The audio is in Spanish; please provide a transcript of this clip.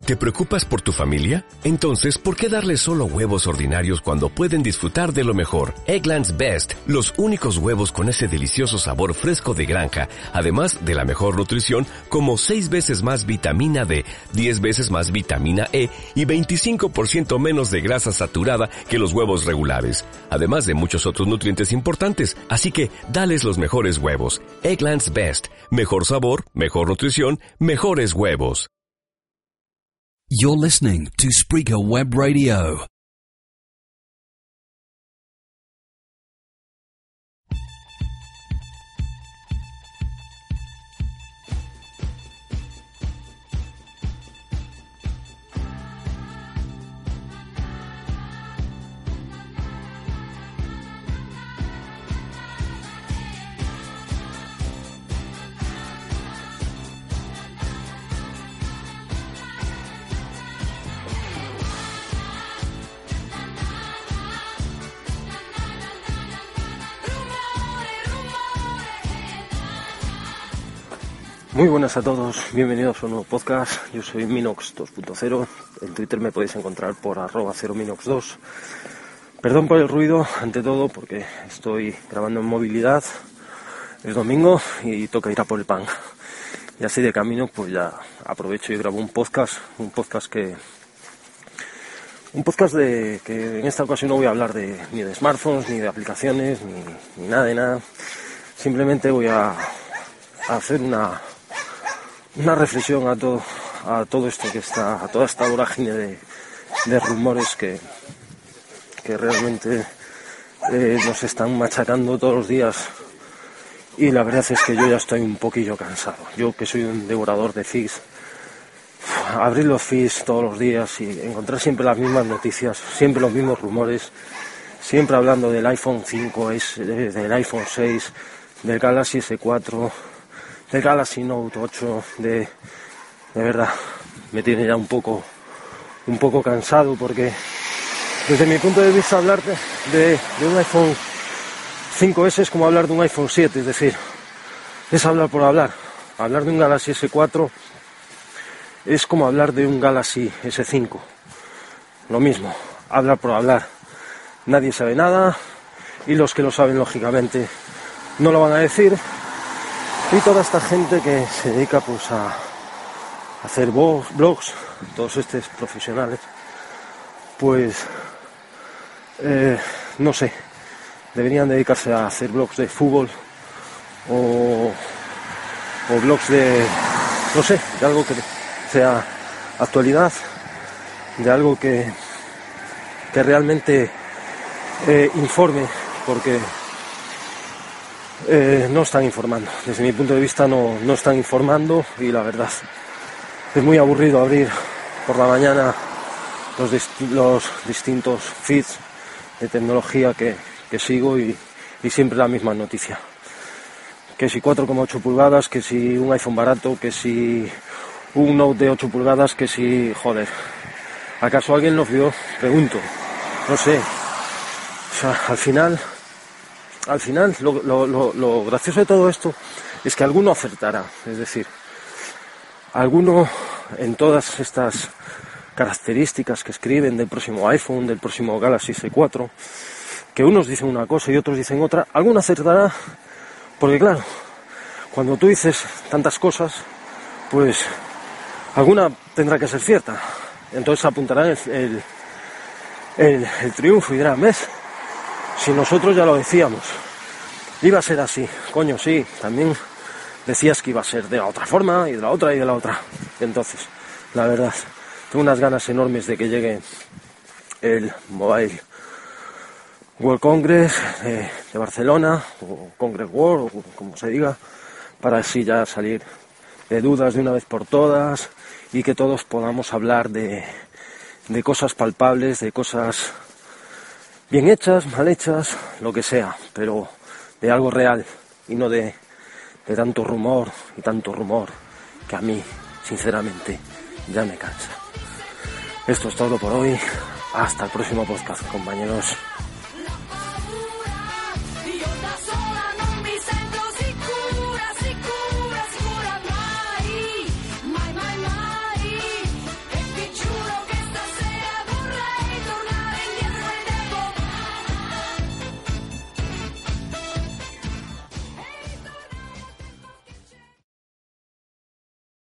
¿Te preocupas por tu familia? Entonces, ¿por qué darles solo huevos ordinarios cuando pueden disfrutar de lo mejor? Eggland's Best, los únicos huevos con ese delicioso sabor fresco de granja, además de la mejor nutrición, como 6 veces más vitamina D, 10 veces más vitamina E y 25% menos de grasa saturada que los huevos regulares, además de muchos otros nutrientes importantes. Así que, dales los mejores huevos. Eggland's Best, mejor sabor, mejor nutrición, mejores huevos. You're listening to Spreaker Web Radio. Muy buenas a todos, bienvenidos a un nuevo podcast. Yo soy Minox 2.0, en Twitter me podéis encontrar por @0minox2. Perdón por el ruido, ante todo, porque estoy grabando en movilidad, es domingo y toca ir a por el pan. Y así de camino, pues ya aprovecho y grabo un podcast que en esta ocasión no voy a hablar ni de smartphones, ni de aplicaciones, ni nada de nada. Simplemente voy a hacer una reflexión a todo esto que está, a toda esta vorágine de rumores que realmente nos están machacando todos los días, y la verdad es que yo ya estoy un poquillo cansado. Yo, que soy un devorador de feeds, abrir los feeds todos los días y encontrar siempre las mismas noticias, siempre los mismos rumores, siempre hablando del iPhone 5S, del iPhone 6, del Galaxy S4, del Galaxy Note 8, de verdad me tiene ya un poco cansado, porque desde mi punto de vista hablar de un iPhone 5S es como hablar de un iPhone 7, es decir, es hablar por hablar. Hablar de un Galaxy S4 es como hablar de un Galaxy S5, lo mismo, hablar por hablar. Nadie sabe nada, y los que lo saben, lógicamente, no lo van a decir. Y toda esta gente que se dedica pues a hacer blogs, todos estos profesionales, pues no sé, deberían dedicarse a hacer blogs de fútbol o blogs de, no sé, de algo que sea actualidad, de algo que realmente informe, porque no están informando. Desde mi punto de vista no están informando, y la verdad es muy aburrido abrir por la mañana los distintos feeds de tecnología que sigo, y siempre la misma noticia. Que si 4,8 pulgadas, que si un iPhone barato, que si un Note de 8 pulgadas, que si... Joder, ¿acaso alguien los vio? Pregunto. No sé. O sea, al final lo gracioso de todo esto es que alguno acertará, es decir, alguno, en todas estas características que escriben del próximo iPhone, del próximo Galaxy S4, que unos dicen una cosa y otros dicen otra, alguno acertará, porque claro, cuando tú dices tantas cosas, pues alguna tendrá que ser cierta. Entonces apuntarán el triunfo y dirán: ¿ves? Si nosotros ya lo decíamos, iba a ser así. Coño, sí, también decías que iba a ser de la otra forma, y de la otra, y de la otra. Entonces, la verdad, tengo unas ganas enormes de que llegue el Mobile World Congress de Barcelona, o Congress World, o como se diga, para así ya salir de dudas de una vez por todas, y que todos podamos hablar de cosas palpables, de cosas bien hechas, mal hechas, lo que sea, pero de algo real, y no de tanto rumor y tanto rumor que a mí, sinceramente, ya me cansa. Esto es todo por hoy. Hasta el próximo podcast, compañeros.